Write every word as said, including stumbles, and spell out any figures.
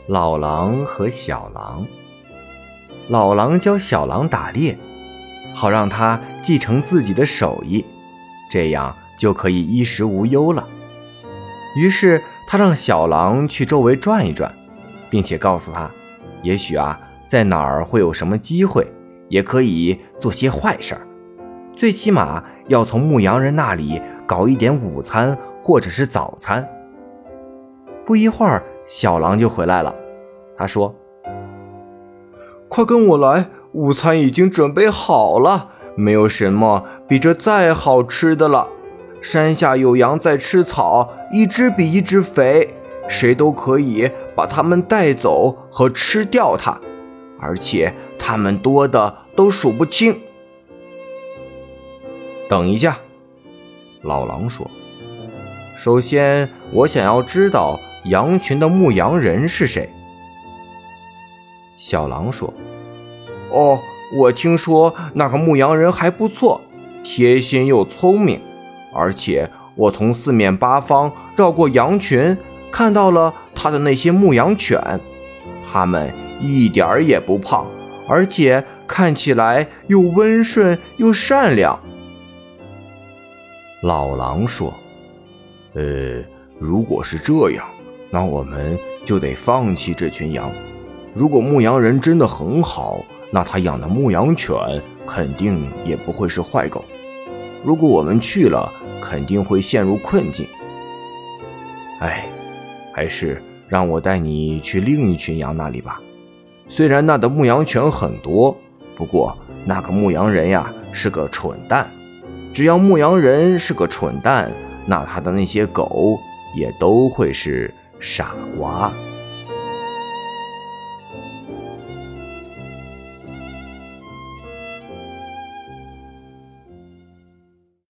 老狼和小狼。老狼教小狼打猎，好让他继承自己的手艺，这样就可以衣食无忧了。于是他让小狼去周围转一转，并且告诉他，也许啊，在哪儿会有什么机会，也可以做些坏事儿，最起码要从牧羊人那里搞一点午餐或者是早餐。不一会儿，小狼就回来了，他说， 快跟我来，午餐已经准备好了，没有什么比这再好吃的了。山下有羊在吃草，一只比一只肥，谁都可以把它们带走和吃掉它，而且它们多的都数不清。 等一下，老狼说，首先我想要知道羊群的牧羊人是谁。小狼说， 哦，我听说那个牧羊人还不错，贴心又聪明，而且我从四面八方绕过羊群，看到了他的那些牧羊犬，他们一点儿也不胖，而且看起来又温顺又善良。 老狼说， 呃，如果是这样，那我们就得放弃这群羊。如果牧羊人真的很好，那他养的牧羊犬肯定也不会是坏狗。如果我们去了，肯定会陷入困境。哎，还是让我带你去另一群羊那里吧。虽然那的牧羊犬很多，不过那个牧羊人呀是个蠢蛋。只要牧羊人是个蠢蛋，那他的那些狗也都会是傻瓜。